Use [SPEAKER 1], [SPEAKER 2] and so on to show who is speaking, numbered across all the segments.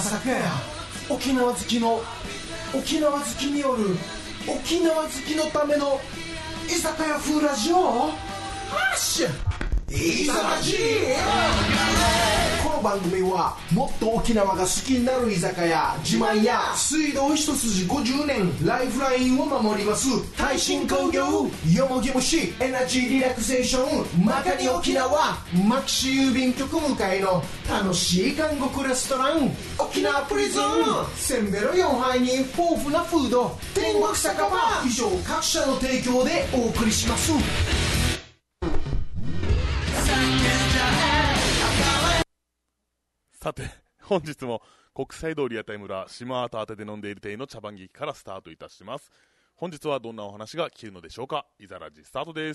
[SPEAKER 1] 酒屋、沖縄好きの沖縄好きによる沖縄好きのための居酒屋風ラジオ。ハッシュいざラジ。この番組はもっと沖縄が好きになる居酒屋、自慢や水道一筋50年ライフラインを守ります耐震工業よもぎ虫エナジーリラクゼーションまかに沖縄マキシ郵便局向かいの楽しい韓国レストラン沖縄プリズン。せんべろ4杯に豊富なフード天国酒場。以上各社の提供でお送りします。
[SPEAKER 2] さて本日も国際通り屋台村島跡宛てで飲んでいる店の茶番劇からスタートいたします。本日はどんなお話が聞けるのでしょうか。いざラジスタートです。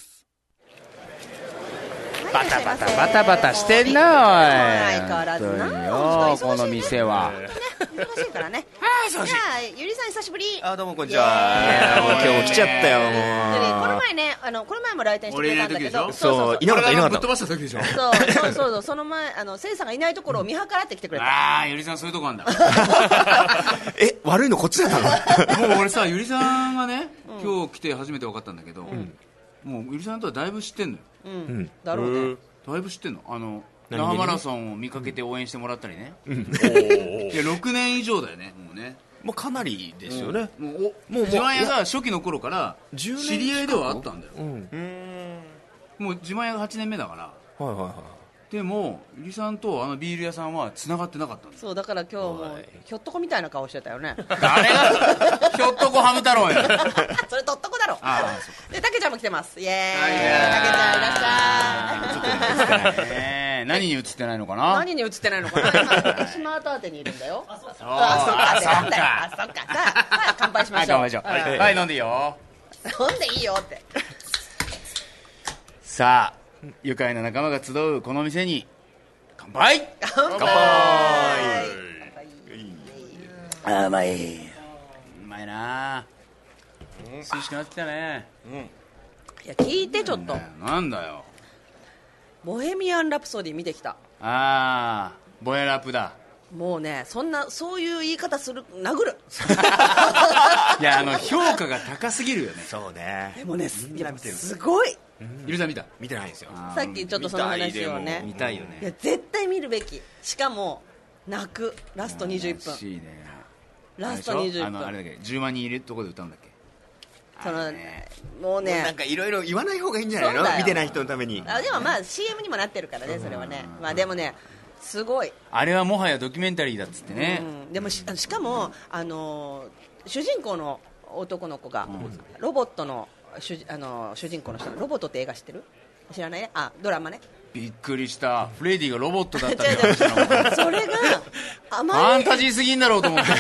[SPEAKER 3] バタバタバタバタしてんなおい。
[SPEAKER 4] 相変わらずな
[SPEAKER 3] よこの店は
[SPEAKER 4] 忙しいからね。じゃあゆりさん久しぶり。
[SPEAKER 5] どうもこんにちは。もう今日も来ちゃったよ。もう
[SPEAKER 4] この前ねこの前も来店してくれたんだけど、
[SPEAKER 5] そういなかった
[SPEAKER 6] ぶっ飛ばした時でしょ。
[SPEAKER 4] そうその前せいさんがいないところを見計らってきてくれた。
[SPEAKER 6] ああゆりさんそういうとこあんだ。
[SPEAKER 5] 悪いのこっちだったの。
[SPEAKER 6] もう俺さゆりさんがね今日来て初めて分かったんだけど、もうゆりさんとはだいぶ知ってんのよ。
[SPEAKER 4] だろうね。
[SPEAKER 6] だいぶ知ってんの。那覇マラソンを見かけて応援してもらったりね。いや6年以上だよね。もうね
[SPEAKER 5] もうかなりですよね。
[SPEAKER 6] もう自慢屋が初期の頃から知り合いではあったんだよ。もう自慢屋が8年目だから。
[SPEAKER 5] はいはいはい。
[SPEAKER 6] でもゆりさんとビール屋さんは繋がってなかったんだよ。
[SPEAKER 4] そうだから今日もひょっとこみたいな顔してたよね。
[SPEAKER 6] 誰がひょっとこハム太郎や。
[SPEAKER 4] それとっとこだろ。でたけちゃんも来てます。イエーイ。たけちゃんいらっしゃい。
[SPEAKER 6] 何に映ってないのかな。
[SPEAKER 4] 何に映ってないのかな。島跡宛てにいるんだよ。そっか。さあ乾杯しましょう。
[SPEAKER 6] はい飲んでいいよ。
[SPEAKER 4] 飲んでいいよって。
[SPEAKER 6] さあ愉快な仲間が集うこの店に乾杯。
[SPEAKER 4] 乾杯。
[SPEAKER 6] うまい。うまいな。涼しくなってきたね。
[SPEAKER 4] いや聞いてちょっと。
[SPEAKER 6] なんだよ。
[SPEAKER 4] ボヘミアン・ラプソディ見てきた。
[SPEAKER 6] ボヘラプだ。
[SPEAKER 4] もうねそういう言い方する殴る。
[SPEAKER 6] いや評価が高すぎるよね。
[SPEAKER 5] そうね。
[SPEAKER 4] でもねすごい。
[SPEAKER 6] ゆりさん見た？
[SPEAKER 5] 見てないんですよ。
[SPEAKER 4] さっきちょっとその話をね。
[SPEAKER 5] 見たいよね。
[SPEAKER 4] いや絶対見るべき。しかも泣くラスト21分。
[SPEAKER 6] らしいね。
[SPEAKER 4] ラスト21分。
[SPEAKER 6] あれだっけ10万人いるとこで歌うんだっけ。
[SPEAKER 4] もうね
[SPEAKER 5] なんかいろいろ言わない方がいいんじゃないの。見てない人のために。
[SPEAKER 4] でもまあ CM にもなってるからねそれはね。まあでもねすごい。
[SPEAKER 6] あれはもはやドキュメンタリーだっつってね。
[SPEAKER 4] でもしかも主人公の男の子がロボットの主人公の人。ロボットって映画知ってる？知らないね。ドラマね。
[SPEAKER 6] びっくりした。フレディがロボットだったって話なの。
[SPEAKER 4] それが
[SPEAKER 6] ファンタジーすぎんだろうと思って。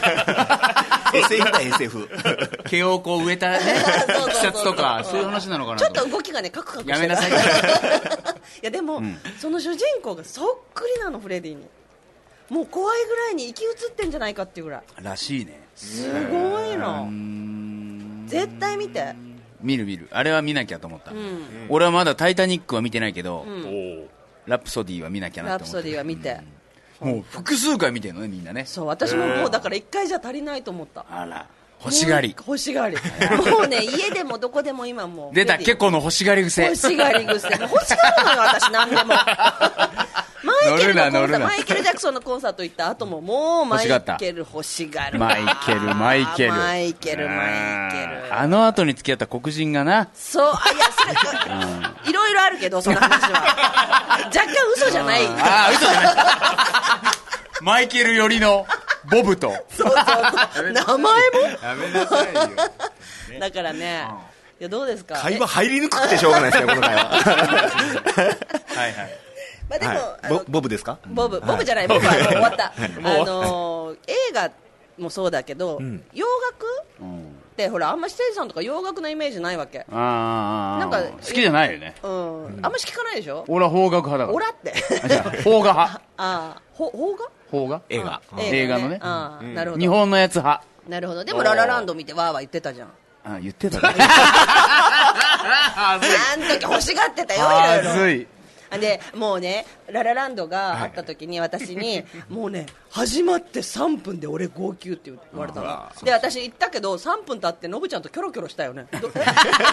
[SPEAKER 5] SF だ SF。
[SPEAKER 6] 毛をこう植えたね季節とかそういう話なのかな。
[SPEAKER 4] ちょっと動きがねカクカクしてる。
[SPEAKER 6] やめなさい。い
[SPEAKER 4] やでもその主人公がそっくりなのフレディに。もう怖いぐらいに生き写ってんじゃないかっていうぐらい
[SPEAKER 6] らしいね。
[SPEAKER 4] すごいの。絶対見て。
[SPEAKER 6] 見る。あれは見なきゃと思った。俺はまだタイタニックは見てないけど、ラプソディは見なきゃなと思って。
[SPEAKER 4] ラプソディは見て。
[SPEAKER 6] もう複数回見てるのねみんなね。
[SPEAKER 4] そう私ももうだから1回じゃ足りないと思った。
[SPEAKER 6] あら欲しがり。
[SPEAKER 4] もうね家でもどこでも今もう
[SPEAKER 6] 出た結構の欲しがり癖。
[SPEAKER 4] 欲しがり癖。欲しがるのよ私何でも。マイケル・ジャクソンのコンサート行った後ももうマイケル欲しがる。
[SPEAKER 6] マイケル。あの後に付き合った黒人がな。
[SPEAKER 4] そういやそれいろいろあるけどその話は若干嘘じゃない。
[SPEAKER 6] 嘘じゃない。マイケル寄りのボブと。
[SPEAKER 4] そう名前も
[SPEAKER 6] やめなさいよ。
[SPEAKER 4] だからねいやどうですか。
[SPEAKER 5] 会話入りにくくてしょうがないですよこの会話。
[SPEAKER 6] はいはい。
[SPEAKER 4] まあでも
[SPEAKER 5] ボブですか？
[SPEAKER 4] ボブじゃない。ボブは終わった。映画もそうだけど洋楽ってほらあんまりステージさんとか洋楽のイメージないわけ。
[SPEAKER 6] なんか好きじゃないよね。
[SPEAKER 4] あんまし聞かないでしょ。
[SPEAKER 6] 俺は邦楽派だから。
[SPEAKER 4] オラって
[SPEAKER 6] 邦画派。
[SPEAKER 4] 邦
[SPEAKER 6] 画
[SPEAKER 5] 映
[SPEAKER 6] 画のね。
[SPEAKER 4] なるほど。
[SPEAKER 6] 日本のやつ派。
[SPEAKER 4] なるほど。でもララランド見てわーわー言ってたじゃん。
[SPEAKER 6] 言ってたね。
[SPEAKER 4] あん時欲しがってたよ。
[SPEAKER 6] はずい。
[SPEAKER 4] でもうねララランドがあった時に私に、もうね始まって3分で俺号泣って言われたので、私言ったけど3分経ってノブちゃんとキョロキョロしたよね。どこ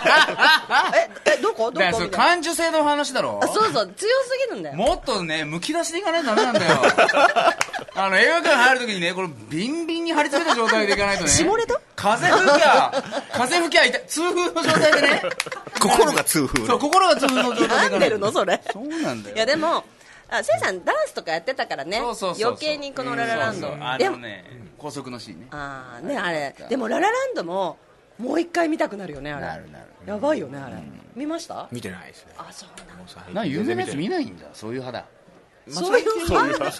[SPEAKER 4] みたいな。
[SPEAKER 6] 感受性の話だろ。
[SPEAKER 4] そうそう、強すぎるんだよ。
[SPEAKER 6] もっとねむき出しでいかないとダメなんだよ。映画館入る時にねこれビンビンに張り付けた状態でいかないとね。
[SPEAKER 4] 下ネタ？
[SPEAKER 6] 風吹きゃ痛い、痛風の状態でね。
[SPEAKER 5] 心が痛風。
[SPEAKER 6] そう、心が痛風の状態でいかないと。
[SPEAKER 4] なんでるのそれ。
[SPEAKER 6] そうなんだよ。
[SPEAKER 4] いやでもせいさんダンスとかやってたからね。
[SPEAKER 6] そう
[SPEAKER 4] 余計にこのララランド。
[SPEAKER 6] でもね高速のシーンね。
[SPEAKER 4] あれでもララランドももう一回見たくなるよねあれ。
[SPEAKER 6] なる
[SPEAKER 4] やばいよねあれ。見ました？
[SPEAKER 5] 見てないですね。
[SPEAKER 4] あ、そう
[SPEAKER 6] なん有名なやつ見ないんだ。そういう派だ。
[SPEAKER 4] そういう派。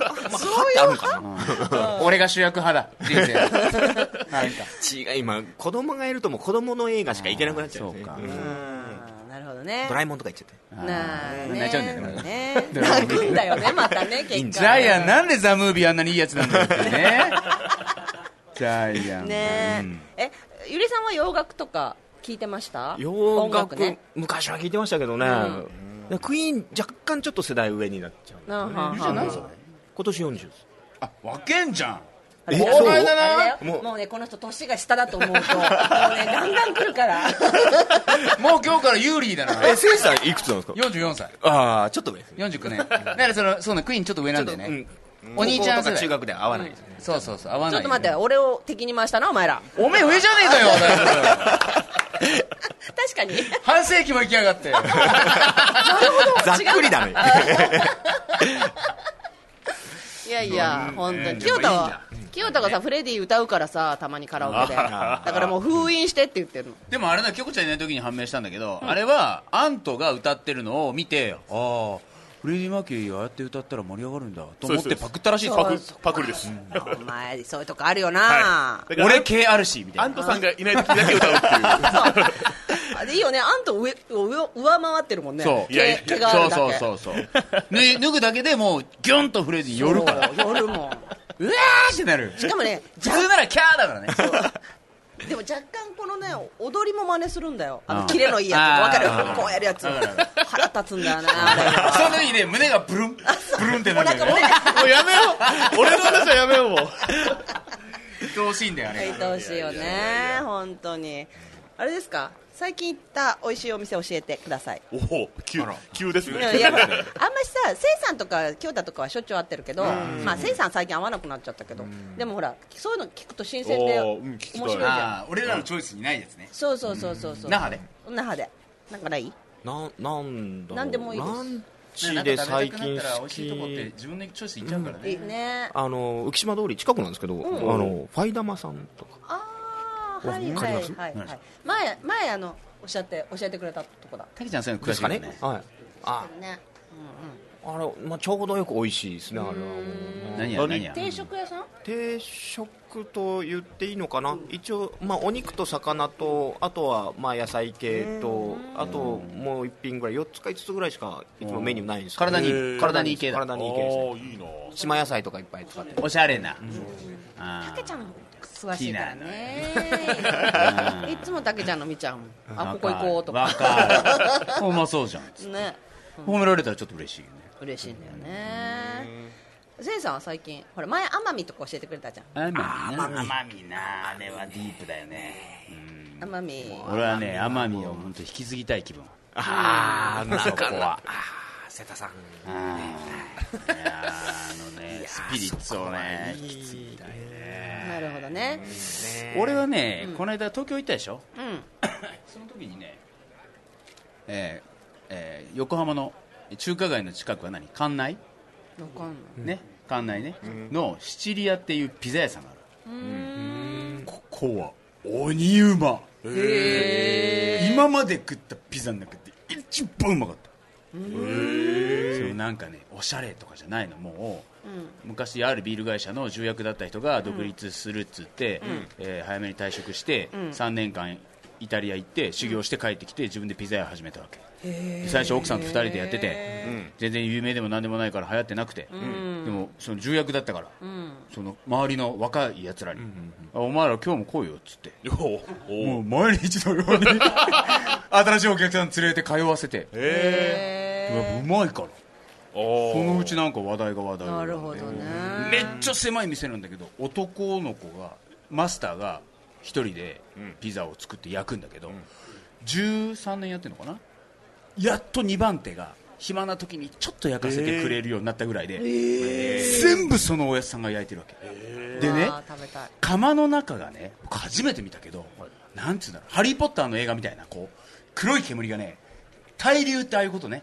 [SPEAKER 6] 俺が主役派だ人生。なんか
[SPEAKER 5] 違う、今子供がいるともう子供の映画しか行けなくなっちゃう。
[SPEAKER 6] そうか。
[SPEAKER 4] なるほどね。
[SPEAKER 5] ドラえもんとか言っちゃって。
[SPEAKER 6] 泣いちゃうんだよね。
[SPEAKER 4] 泣くんだよねまたね結果。
[SPEAKER 6] ジャイアンなんでザ・ムービーあんなにいいやつなんだよってね。ジャイアン
[SPEAKER 4] ねえ。ゆりさんは洋楽とか聞いてました？
[SPEAKER 5] 洋楽
[SPEAKER 4] ね。
[SPEAKER 5] 昔は聞いてましたけどね。クイーン若干ちょっと世代上になっちゃう。
[SPEAKER 6] じゃあ何それ？
[SPEAKER 5] 今年40です。
[SPEAKER 6] あ、分けんじゃん。
[SPEAKER 4] 後輩だな。もうねこの人年が下だと思うともうねガンガン来るから。
[SPEAKER 6] もう今日から有利だな。
[SPEAKER 5] せいさんいくつなんですか
[SPEAKER 6] ？44歳。
[SPEAKER 5] ああ、ちょっと上ですね。
[SPEAKER 6] 49年。だからそうねクイーンちょっと上なんだよね。お兄ちゃん世代。
[SPEAKER 5] 中学で合わないですね。
[SPEAKER 6] そう合わない。
[SPEAKER 4] ちょっと待って俺を敵に回したなお前ら。
[SPEAKER 6] おめえ上じゃねえかよ。
[SPEAKER 4] 確かに
[SPEAKER 6] 半世紀も生きやがって。
[SPEAKER 4] なるほど。
[SPEAKER 5] ざっくりだね。
[SPEAKER 4] いやいや本当に清田がさフレディ歌うからさたまにカラオケでだからもう封印してって言ってるの。
[SPEAKER 6] でもあれだ京子ちゃんいない時に判明したんだけど、あれはアントが歌ってるのを見て、ああフレディ・マーキュリーがああやって歌ったら盛り上がるんだと思ってパクったらしいです。
[SPEAKER 2] パクリです。
[SPEAKER 4] お前そういうとこあるよな。
[SPEAKER 6] 俺系あるしみたいな。
[SPEAKER 2] アントさんがいない時だけ歌うっていう。
[SPEAKER 4] いいよね。アント上回ってるもんね。
[SPEAKER 6] そう。
[SPEAKER 4] 毛があるだけ。
[SPEAKER 6] そう。脱ぐだけでもうギュンとフレディ寄るから。
[SPEAKER 4] 寄るもん。
[SPEAKER 6] うわーってなる。
[SPEAKER 4] しかもね
[SPEAKER 6] 普通ならキャーだからね。
[SPEAKER 4] でも若干このね踊りも真似するんだよ。キレのいいやつわかる。こうやるやつ腹立つんだよな。
[SPEAKER 6] その時ね胸がブルンってなるんだよね。
[SPEAKER 2] もうやめよう。俺の話はやめようもう。
[SPEAKER 6] 愛おしいんだよね。
[SPEAKER 4] 愛おしいよね本当に。あれですか最近行った美味しいお店教えてください。
[SPEAKER 2] おお急ですね。
[SPEAKER 4] いやあんましさせいさんとか京太とかはしょっちゅう会ってるけど、まあせいさん最近会わなくなっちゃったけど、でもほらそういうの聞くと新鮮で面白いじゃん。
[SPEAKER 6] 俺らのチョイスにないやつね。
[SPEAKER 4] そう
[SPEAKER 6] 那覇で
[SPEAKER 4] なんかないなんでもいいです。
[SPEAKER 5] ランチで最近
[SPEAKER 6] 美味しいとこって自分のチョイスいっちゃうからね。
[SPEAKER 5] 浮島通り近くなんですけど、ファイダマさんとか。
[SPEAKER 4] はい前教えてくれたとこだ。
[SPEAKER 6] たけちゃんそういうの詳しいよね。
[SPEAKER 5] はい。あれちょうどよく美味しいですね。あれは
[SPEAKER 6] 何や
[SPEAKER 4] 定食屋さん？
[SPEAKER 5] 定食と言っていいのかな。一応お肉と魚とあとは野菜系とあともう一品ぐらい4つか5つぐらいしかいつもメニューないんですけど。
[SPEAKER 6] 体にいい系だ。
[SPEAKER 5] 体にいい系ですね。島野菜とかいっぱい使って。
[SPEAKER 6] おしゃれな。
[SPEAKER 4] たけちゃん詳しいからね。いつもたけちゃんの見ちゃうもん。ここ行こうとか。
[SPEAKER 6] わかる。うまそうじゃん。
[SPEAKER 4] ね。
[SPEAKER 6] 褒められたらちょっと嬉しいよね。
[SPEAKER 4] 嬉しいんだよね。せいさんは最近ほら前奄美とか教えてくれたじゃん。
[SPEAKER 6] 奄美なあれはディープだよね。
[SPEAKER 4] 奄美。
[SPEAKER 6] 俺はね奄美を本当引き継ぎたい気分。
[SPEAKER 5] そこは瀬田さん。
[SPEAKER 6] スピリッツをね引き継ぎたいね。
[SPEAKER 4] なるほどね。
[SPEAKER 6] 俺はねこの間東京行ったでしょ。その時にね横浜の中華街の近くは関内ね関内ねのシチリアっていうピザ屋さんがある。ここは鬼うま。今まで食ったピザの中で一番うまかった。なんかねおしゃれとかじゃないの。もう昔あるビール会社の重役だった人が独立するっつって早めに退職して3年間イタリア行って修行して帰ってきて自分でピザ屋始めたわけ。最初奥さんと2人でやってて全然有名でも何でもないから流行ってなくて、でもその重役だったからその周りの若いやつらにお前ら今日も来いよっつってもう毎日のように新しいお客さん連れて通わせてうまいからそのうちなんか話題が
[SPEAKER 4] なるほどね。
[SPEAKER 6] めっちゃ狭い店なんだけど、男の子がマスターが一人でピザを作って焼くんだけど、13年やってるのかな。やっと2番手が暇な時にちょっと焼かせてくれるようになったぐらいで、全部そのおやつさんが焼いてるわけ、でね、
[SPEAKER 4] 食べたい。
[SPEAKER 6] 釜の中がね、僕初めて見たけど、なんていうんだろう、ハリーポッターの映画みたいなこう黒い煙がね、対流ってああいうことね、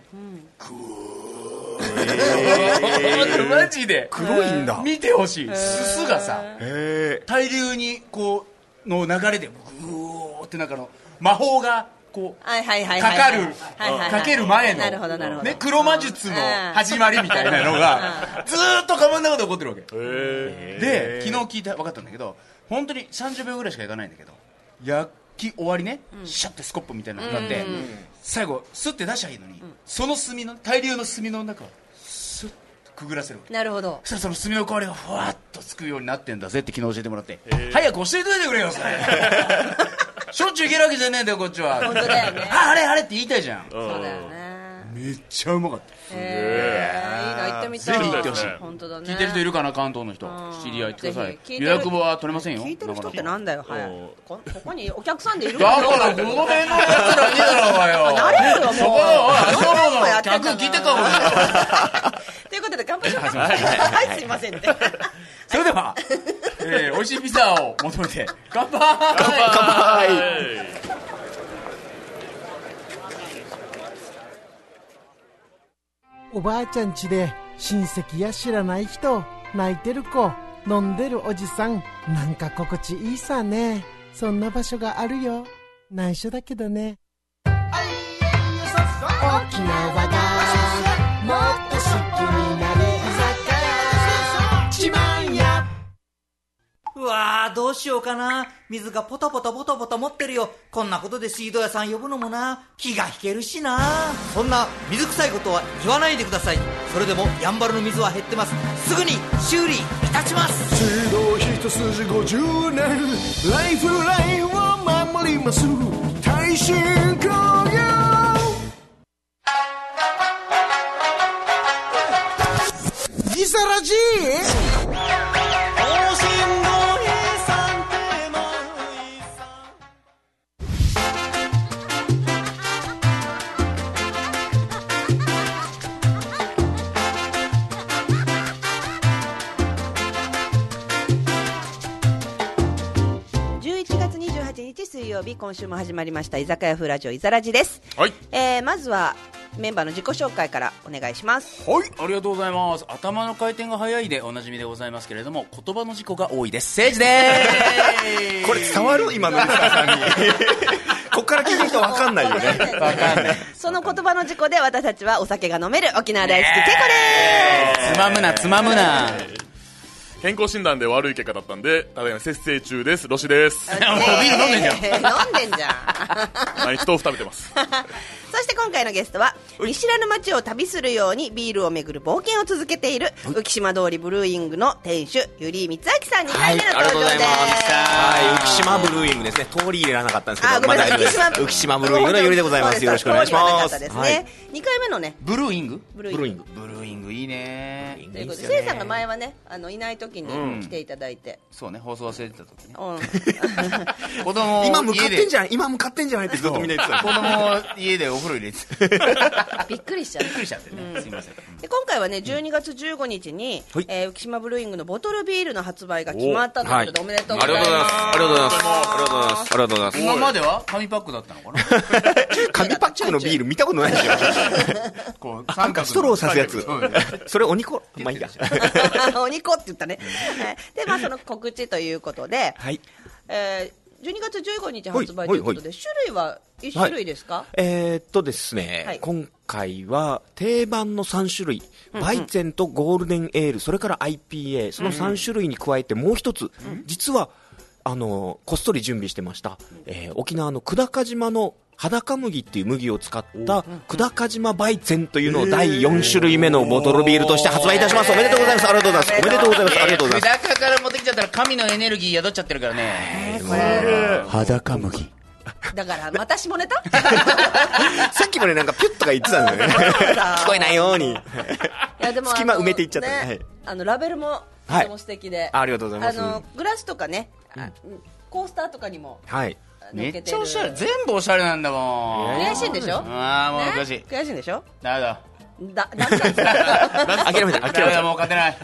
[SPEAKER 6] マジで
[SPEAKER 5] 黒いんだ。
[SPEAKER 6] 見てほしい。すすがさ、対流にこうの流れでグーってなんかの魔法がこうかける前の
[SPEAKER 4] なるほどなるほど、
[SPEAKER 6] ね、黒魔術の始まりみたいなのがずーっと釜の中で起こってるわけで、昨日聞いて分かったんだけど、本当に30秒ぐらいしかいかないんだけど、焼き終わりね、シャッてスコップみたいなのがあって、最後スッて出しゃいいのに、その炭の大量の炭の中をスッとくぐらせるわけ。
[SPEAKER 4] なるほど。
[SPEAKER 6] そしたらその炭の香りがふわっとつくようになってんだぜって昨日教えてもらって、早く教えといてくれよそれしょっちゅういけるわけじゃねえんだよこっちは。
[SPEAKER 4] 本当だよね。
[SPEAKER 6] あれあれって言いたいじゃん。
[SPEAKER 4] そうだよね。
[SPEAKER 6] めっちゃうまかった。
[SPEAKER 4] いいな、行ってみたい。
[SPEAKER 6] ぜひ行ってほしい。
[SPEAKER 4] 本当だね。
[SPEAKER 6] 聞いてる人いるかな、関東の人。知り合いってください。予
[SPEAKER 4] ぜひ
[SPEAKER 6] 約は取れませんよ。
[SPEAKER 4] 聞いてる人ってなんだよ。はい。ここにお客さんでいる
[SPEAKER 6] だからこの辺のやつらにだろうがよ。
[SPEAKER 4] 慣れるよもう。
[SPEAKER 6] そこの客聞いてたもん。
[SPEAKER 4] ということで乾杯しようか。はい、すいませんね。
[SPEAKER 6] それでは美味しいピザを求めて乾杯。
[SPEAKER 5] 乾杯。
[SPEAKER 7] おばあちゃん家で親戚や知らない人、泣いてる子、飲んでるおじさん、なんか心地いいさね。そんな場所があるよ。内緒だけどね。沖縄がもっと好きになる居酒屋、ちまんや。
[SPEAKER 8] うわー、どうしようかな。水がポタポタポタポタ持ってるよ。こんなことで水道屋さん呼ぶのもな、気が引けるしな。そんな水臭いことは言わないでください。それでもやんばるの水は減ってます。すぐに修理いたします。
[SPEAKER 1] 水道一筋50年、ライフラインを守ります、耐震工業。ギザラジ
[SPEAKER 4] 水曜日、今週も始まりました居酒屋風ラジオイザラジです、
[SPEAKER 2] はい。
[SPEAKER 4] まずはメンバーの自己紹介からお願いします。
[SPEAKER 6] はい、ありがとうございます。頭の回転が早いでおなじみでございますけれども、言葉の事故が多いです。せいじでーす。
[SPEAKER 5] これ伝わる今のリスナーさんにこっから聞いてる人分かんないよね。
[SPEAKER 6] 分かんない。
[SPEAKER 4] その言葉の事故で私たちはお酒が飲める沖縄大好きケイコです。
[SPEAKER 6] つまむなつまむな。
[SPEAKER 2] 健康診断で悪い結果だったんで、ただいま節制中です。ロシです。
[SPEAKER 6] もうビール飲んでんじゃん。
[SPEAKER 4] 飲んでんじゃん。
[SPEAKER 2] 毎日豆腐食べてます。
[SPEAKER 4] そして今回のゲストは見知らぬ街を旅するようにビールを巡る冒険を続けている浮島通りブルーイングの店主ゆりみつあきさん、2回目の登場です。
[SPEAKER 5] はい、浮島ブルーイングですね。通り入れらなかったんですけど、
[SPEAKER 4] ごめんなさい、
[SPEAKER 5] 浮島ブルーイングのゆりでございます。よろしくお願いします。
[SPEAKER 4] 2回目のね、
[SPEAKER 6] ブルーイング
[SPEAKER 4] ブルーイング
[SPEAKER 6] ブルーイングいいね。
[SPEAKER 4] ということで、せいさんが前はね、いない時に来ていただいて、
[SPEAKER 6] そうね、放送忘れてた時ね。
[SPEAKER 4] 子
[SPEAKER 6] 供
[SPEAKER 5] 今向かってんじゃない、今向かってんじゃないってずっとみんな言ってた。
[SPEAKER 6] 子供家でお風呂入れて
[SPEAKER 4] びっくりしちゃって
[SPEAKER 6] ね、すいません。
[SPEAKER 4] で今回はね、12月15日に、浮島ブルーイングのボトルビールの発売が決まったということで、おめでとうございます。
[SPEAKER 5] ありがとうございます。ありがとうございます。ありがとうございます。
[SPEAKER 6] 今までは紙パックだったのかな。
[SPEAKER 5] 紙パックのビール見たことないでしょ。
[SPEAKER 6] こう
[SPEAKER 5] なんかストローさすやつ。それお肉、まあいいや。
[SPEAKER 4] お肉って言ったね。で、まあその告知ということで、12月15日発売ということで、種類は1種類ですか？
[SPEAKER 5] ですね、今回は定番の3種類、バイゼンとゴールデンエール、それから IPA、その3種類に加えてもう一つ、実はこっそり準備してました、沖縄の久高島の裸麦っていう麦を使った久高島バイゼンというのを第4種類目のボトルビールとして発売いたします。おめでとうございます。ありがとうございます。おめでとうございます。ありがとうございます。
[SPEAKER 6] 久高から持ってきちゃったら神のエネルギー宿っちゃってるからね。
[SPEAKER 5] 裸麦
[SPEAKER 4] だからまた下ネタ
[SPEAKER 5] さっきまでなんかピュッとか言ってたんだよね聞こえないように。い
[SPEAKER 4] やでも
[SPEAKER 5] 隙間埋めていっちゃったね。
[SPEAKER 4] ラベルもとても素敵で、
[SPEAKER 5] ありがとうございます。
[SPEAKER 4] グラスとかね、コースターとかにも
[SPEAKER 6] めっちゃおしゃれ、全部おしゃれなんだもん。
[SPEAKER 4] 悔しいんでしょ。
[SPEAKER 6] ああもう悔しい、
[SPEAKER 4] 悔しいんでしょ。
[SPEAKER 6] ダメだ、
[SPEAKER 4] ダメなんですよ
[SPEAKER 5] 諦めた
[SPEAKER 6] もう勝てない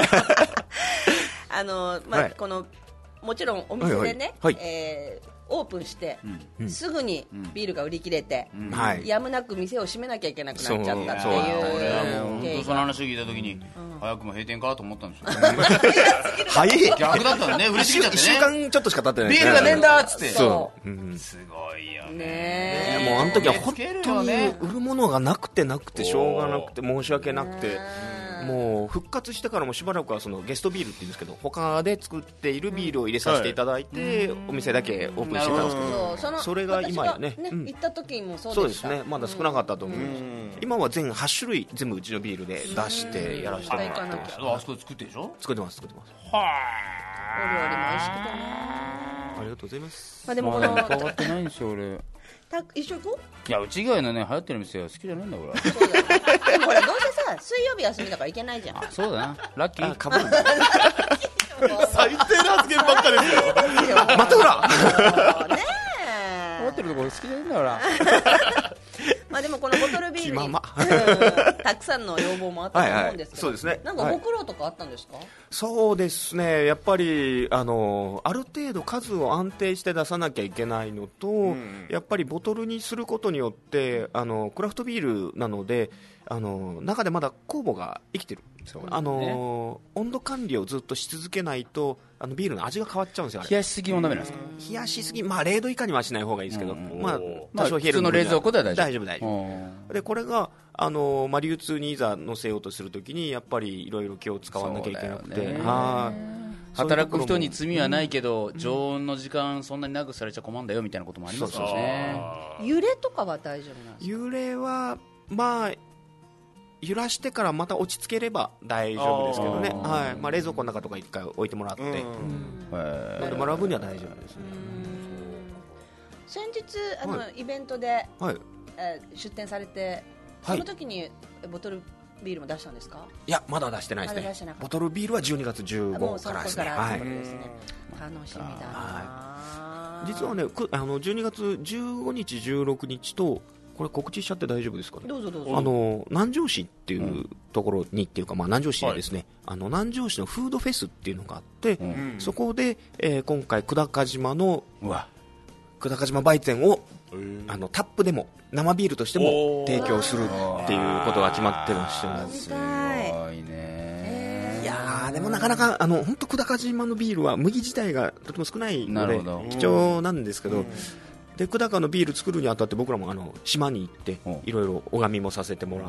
[SPEAKER 4] このもちろんお店でね、オープンして、すぐにビールが売り切れて、やむなく店を閉めなきゃいけなくなっちゃったっていう。
[SPEAKER 6] 俺その話を聞いた時に、早くも閉店かと思ったんですよ。
[SPEAKER 5] 早い。
[SPEAKER 6] 逆だったのね、嬉しすぎちゃってね。
[SPEAKER 5] 1週間ちょっとしか経ってない。
[SPEAKER 6] ビールがねえんだっつって。
[SPEAKER 5] そう。
[SPEAKER 6] すごいよ
[SPEAKER 4] ね。
[SPEAKER 5] もうあの時は本当に売るものがなくてしょうがなくて申し訳なくて。もう復活してからもしばらくはそのゲストビールって言うんですけど、他で作っているビールを入れさせていただいて、お店だけオープンしてたんですけど、それが今やね、
[SPEAKER 4] 行った時もそうでした。
[SPEAKER 5] そうですね、まだ少なかったと思います。今は全8種類全部うちのビールで出してやらせてもらってます。
[SPEAKER 6] あそこで作ってるでしょ。
[SPEAKER 5] 作ってます。
[SPEAKER 4] はあ。お料理も美味しくてね。
[SPEAKER 5] ありがとうございます。
[SPEAKER 4] まあでもこの
[SPEAKER 6] 変わってないんですよ俺。
[SPEAKER 4] 一緒行こう。
[SPEAKER 6] いやうち以外のね流行ってる店は好きじゃないんだ俺。
[SPEAKER 4] でもほらどうせさ水曜日休みだから行けないじゃん。
[SPEAKER 6] そうだな、ラッキー。
[SPEAKER 5] かぶる。
[SPEAKER 2] 最低な発言ばっかりですよ。
[SPEAKER 5] またほら。
[SPEAKER 4] ねえ。
[SPEAKER 6] 思ってるところ好きじゃないんだから。
[SPEAKER 4] まあでもこのボトルビールにたくさんの要望もあったと思うんですけど、
[SPEAKER 5] そうですね。
[SPEAKER 4] なんかご苦労とかあったんですか？
[SPEAKER 5] そうですね、やっぱりある程度数を安定して出さなきゃいけないのと、やっぱりボトルにすることによってクラフトビールなので中でまだ酵母が生きてる。温度管理をずっとし続けないとビールの味が変わっちゃうんですよ。
[SPEAKER 6] 冷やしすぎもダメなんですか？
[SPEAKER 5] 冷やしすぎ、まあ0度以下にはしない方がいいですけど、まあ多少冷える。
[SPEAKER 6] 普通の冷蔵庫では大丈
[SPEAKER 5] 夫。でこれが流通にいざ乗せようとするときにやっぱりいろいろ気を使わなきゃいけなくて、
[SPEAKER 6] 働く人に罪はないけど常温の時間そんなに長くされちゃ困るんだよみたいなこともありますよね。
[SPEAKER 4] 揺れとかは大丈夫なんですか？
[SPEAKER 5] 揺れはまあ揺らしてからまた落ち着ければ大丈夫ですけどね。まあ冷蔵庫の中とか一回置いてもらって飲んでもらう分には大丈夫ですね。
[SPEAKER 4] 先日イベントで出店されて、その時にボトルビールも出したんですか？
[SPEAKER 5] いやまだ出してないですね。ボトルビールは12月15からですね。
[SPEAKER 4] 楽しみだな。
[SPEAKER 5] 実はね12月15日16日とこれ告知しちゃって大丈夫ですかね？
[SPEAKER 4] どうぞどうぞ。
[SPEAKER 5] 南城市っていうところにっていうか、南城市でですね、南城市のフードフェスっていうのがあって、そこで、今回久高島の久高島焙煎をタップでも生ビールとしても提供するっていうことが決まってまして、
[SPEAKER 6] すごいね。
[SPEAKER 5] いやでもなかなか本当久高島のビールは麦自体がとても少ないので貴重なんですけど、で久高のビール作るにあたって僕らも島に行っていろいろ拝みもさせてもらって、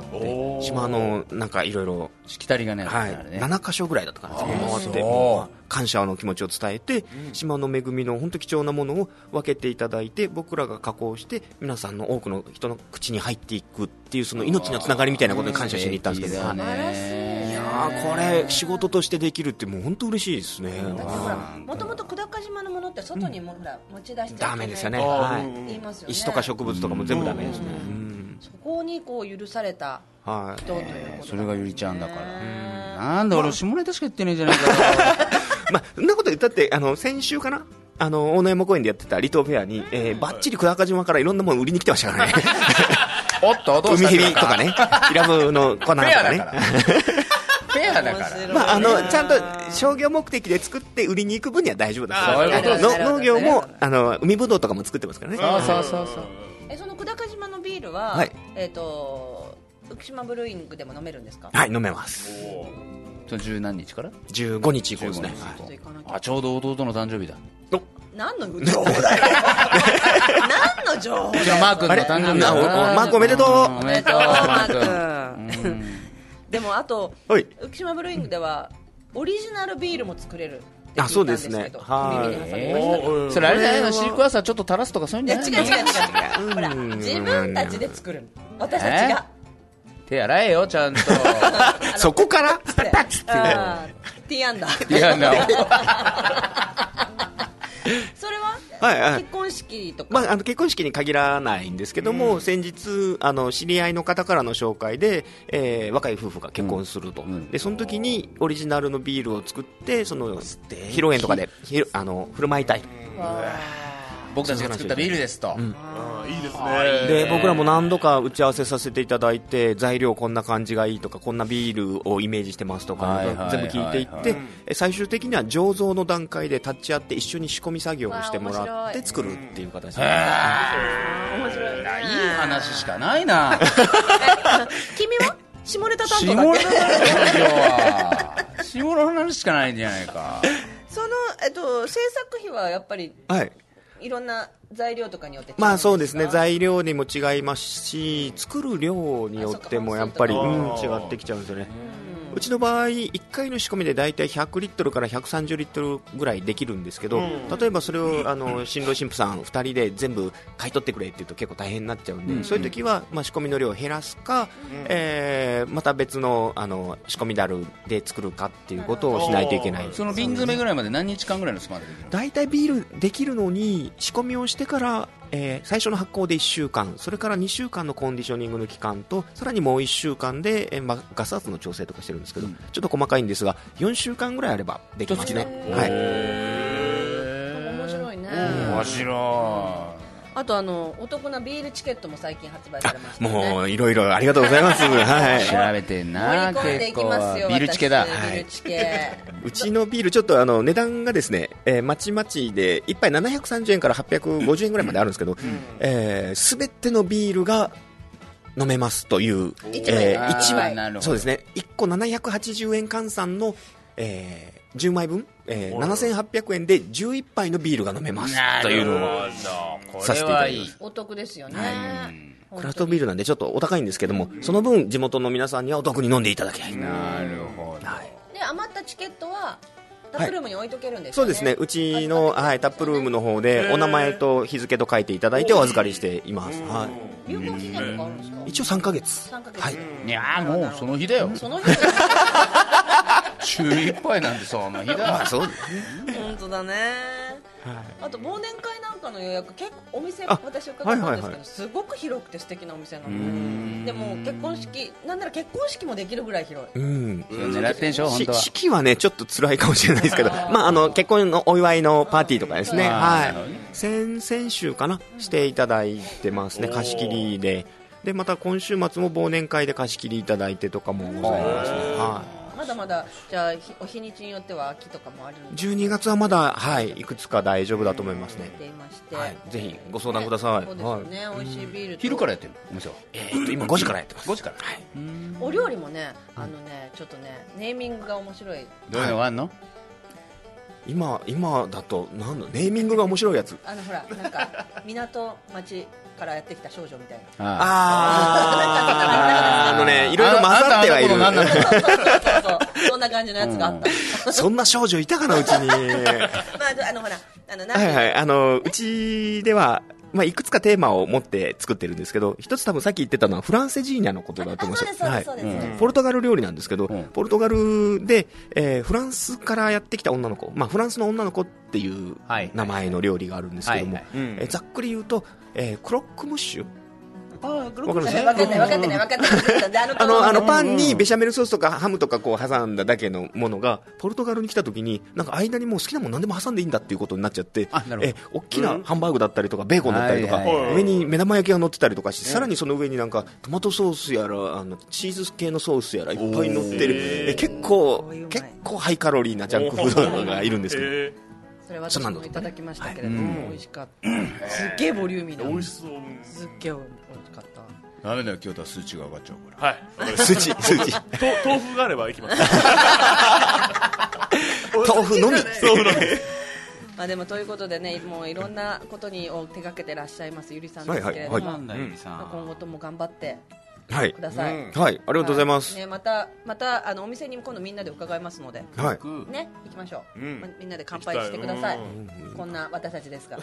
[SPEAKER 5] 島のなんかいろいろ
[SPEAKER 6] しきたりがね、
[SPEAKER 5] 7カ所ぐらいだったかな、回って感謝の気持ちを伝えて、島の恵みの本当貴重なものを分けていただいて、僕らが加工して皆さんの多くの人の口に入っていくっていう、その命のつながりみたいなことに感謝しに行ったんですけど、いやこれ仕事としてできるってもう本当嬉しいですね。
[SPEAKER 4] もともと久高島のものって外にもほら持ち出して
[SPEAKER 5] ダメですよね。
[SPEAKER 4] 言いますよね。
[SPEAKER 5] 石とか植物とかも全部ダメですね。
[SPEAKER 4] そこにこう許された人ということ、
[SPEAKER 6] それがゆりちゃんだから。なんで俺下ネタしか言ってねえじゃないか。
[SPEAKER 5] まあそんなこと言ったって先週かな、大野山公園でやってた離島フェアに、バッチリ久高島からいろんなもの売りに来てましたからね。
[SPEAKER 6] おっとどうした
[SPEAKER 5] 海蛇とかね、イラブの粉とかね。
[SPEAKER 6] フェアだから。
[SPEAKER 5] まあちゃんと商業目的で作って売りに行く分には大丈夫だから。農業も海ぶどうとかも作ってますからね。
[SPEAKER 6] そう。
[SPEAKER 4] その久高島のビールは福島ブルーイングでも飲めるんですか？
[SPEAKER 5] はい、飲めます。
[SPEAKER 6] 10何日から
[SPEAKER 5] ？15日以降ですね。
[SPEAKER 6] ちょうど弟の誕生日だ。
[SPEAKER 4] 何の情報だよ。何の情報だよ。
[SPEAKER 6] うちのマー君の誕生日だ。
[SPEAKER 5] マー君おめでとう。
[SPEAKER 6] おめでとうマー君。
[SPEAKER 4] でもあと福島ブルーイングではオリジナルビールも作れる。
[SPEAKER 5] あ、そうですね。
[SPEAKER 6] それあれじゃないの、シークワーサーちょっと垂らすとかそういうんじゃないの？
[SPEAKER 4] 違う。ほら自分たちで作るの。私たちが。
[SPEAKER 6] 手洗えよちゃんと。
[SPEAKER 5] そこから？
[SPEAKER 4] ティーアンダー。
[SPEAKER 6] ティーアンダー。
[SPEAKER 4] それは
[SPEAKER 5] はいはい、
[SPEAKER 4] 結婚式とか、
[SPEAKER 5] 結婚式に限らないんですけども、先日知り合いの方からの紹介で、若い夫婦が結婚すると、でその時にオリジナルのビールを作ってその披露宴とかで振る舞いたい、
[SPEAKER 6] 僕たちが作ったビールですと、
[SPEAKER 2] いいですね。
[SPEAKER 5] で僕らも何度か打ち合わせさせていただいて、材料こんな感じがいいとか、こんなビールをイメージしてますとか、全部聞いていって、最終的には醸造の段階で立ち会って一緒に仕込み作業をしてもらって作るっていう形で、
[SPEAKER 4] 面白い、
[SPEAKER 6] いい話しかないな
[SPEAKER 4] 君は下ネタ担当だっけ？
[SPEAKER 6] 下の話しかないんじゃないか。
[SPEAKER 4] その、制作費はやっぱり、はい、いろんな材料とかによって違うんですか？
[SPEAKER 5] まあそうですね、材料にも違いますし、作る量によってもやっぱり、違ってきちゃうんですよね。うちの場合1回の仕込みでだいたい100リットルから130リットルぐらいできるんですけど、例えばそれを新郎新婦さん2人で全部買い取ってくれって言うと結構大変になっちゃうんで、そういう時は、仕込みの量を減らすか、また別の、仕込み樽で作るかっていうことをしないといけない。
[SPEAKER 6] その瓶詰めぐらいまで何日間ぐらいのスパンでできるの？
[SPEAKER 5] だいたいビールできるのに仕込みをしてから最初の発酵で1週間、それから2週間のコンディショニングの期間と、さらにもう1週間で、ガス圧の調整とかしてるんですけど、ちょっと細かいんですが4週間ぐらいあればできますね。はい、
[SPEAKER 4] 面白いね。
[SPEAKER 6] 面白い。
[SPEAKER 4] あとお得なビールチケットも最近発売されましたね。
[SPEAKER 5] もういろいろありがとうございます、はい、
[SPEAKER 6] 調べてんな、
[SPEAKER 4] 盛り込んでいきますよ、
[SPEAKER 6] ビールチケだ。
[SPEAKER 4] ビールチケ、
[SPEAKER 5] うちのビールちょっと値段がですね、まちまちで1杯730円から850円ぐらいまであるんですけど、すべてのビールが飲めますという、1枚、そうですね、1個780円換算の、10枚分、7800円で11杯のビールが飲めますというのをさせていただきます。
[SPEAKER 4] お得ですよね、
[SPEAKER 5] クラフトビールなんでちょっとお高いんですけども、その分地元の皆さんにはお得に飲んでいただきたい。
[SPEAKER 6] なるほど、
[SPEAKER 4] で余ったチケットはタップルームに置いとけるんです
[SPEAKER 5] よね。そうですね、うちの、タップルームの方でお名前と日付と書いていただいてお預かりしています。
[SPEAKER 4] 有効期限とかあるんですか？
[SPEAKER 5] 一応3ヶ月。
[SPEAKER 4] はい、
[SPEAKER 6] いやもうその日だよ。
[SPEAKER 4] その日
[SPEAKER 6] 週いっぱいなんでその日だ。
[SPEAKER 5] そうですね、
[SPEAKER 4] 本当だね。あと忘年会なんかの予約、結構お店私伺ったんですけど、すごく広くて素敵なお店なので、も結婚式なんなら結婚式もできるぐらい広い。
[SPEAKER 6] 狙ってんしょ本当は。
[SPEAKER 5] 式はねちょっと辛いかもしれないですけど、結婚のお祝いのパーティーとかですね、先週かなしていただいてますね、貸し切りで。でまた今週末も忘年会で貸し切りいただいてとかもございますね。
[SPEAKER 4] まだまだじゃあお日にちによっては秋とかもあるんですか
[SPEAKER 5] ？12月はまだ、いくつか大丈夫だと思いますね。ぜひご相談ください。
[SPEAKER 4] そうですよね、美味しいビールと。
[SPEAKER 6] 昼からやってるお店は？
[SPEAKER 5] 今5時からやってます。
[SPEAKER 6] 5時から。
[SPEAKER 4] お料理もね、ちょっとねネーミングが面白い。
[SPEAKER 6] どういうのがあるの？
[SPEAKER 5] 今だとネーミングが面白いやつ。
[SPEAKER 4] ほらなんか港町からやってきた少女みたいな。
[SPEAKER 5] いろいろ混ざってはいる。
[SPEAKER 4] そんな感じのやつがあった。
[SPEAKER 5] そんな少女いたかなうちに。
[SPEAKER 4] ほら
[SPEAKER 5] うちではいくつかテーマを持って作ってるんですけど、一つ多分さっき言ってたのはフランセジーニャのことだと思うんですよ。ポルトガル料理なんですけど、ポルトガルで、フランスからやってきた女の子、フランスの女の子っていう名前の料理があるんですけども、ざっくり言うと、クロックムッシュ。
[SPEAKER 4] 分かってない
[SPEAKER 5] パンにベシャメルソースとかハムとかこう挟んだだけのものがポルトガルに来た時になんか間にもう好きなもの何でも挟んでいいんだっていうことになっちゃって、大きなハンバーグだったりとかベーコンだったりとか、上に目玉焼きが乗ってたりとかして、さらにその上になんかトマトソースやらチーズ系のソースやらいっぱい乗ってる、結構ハイカロリーなジャンクフードがいるんですけど、
[SPEAKER 4] それ私もいただきましたけれども、美味しかった。すっげえボリューミーな。
[SPEAKER 2] 美味しそう。
[SPEAKER 4] すっげえ美味しかった。
[SPEAKER 6] ダメだよ、京都は数値が上がっちゃうから。
[SPEAKER 2] はい。
[SPEAKER 5] 数値。
[SPEAKER 2] 豆腐があればいきます。
[SPEAKER 5] 豆腐のみ。
[SPEAKER 4] でもということでね、もういろんなことにを手掛けてらっしゃいますゆりさんですけれども、今後とも頑張ってください。
[SPEAKER 5] はい、ありがとうございます。
[SPEAKER 4] またお店に今度みんなで伺いますので、ね、行きましょう。みんなで乾杯してください。こんな私たちですから。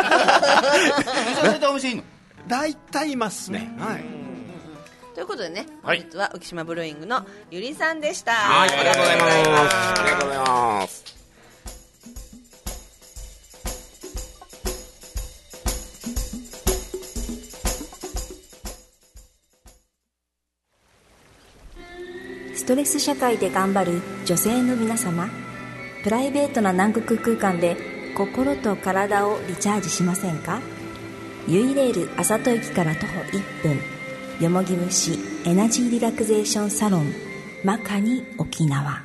[SPEAKER 6] お店いいの？
[SPEAKER 5] 大体いますね。
[SPEAKER 4] ということでね、本日は浮島ブルーイングのゆりさんでした。
[SPEAKER 5] ありがとうございます。ありがとうございます。
[SPEAKER 9] トレス社会で頑張る女性の皆様、プライベートな南国空間で心と体をリチャージしませんか？ユイレールあさと駅から徒歩1分、よもぎ虫エナジーリラクゼーションサロンマカニ沖縄。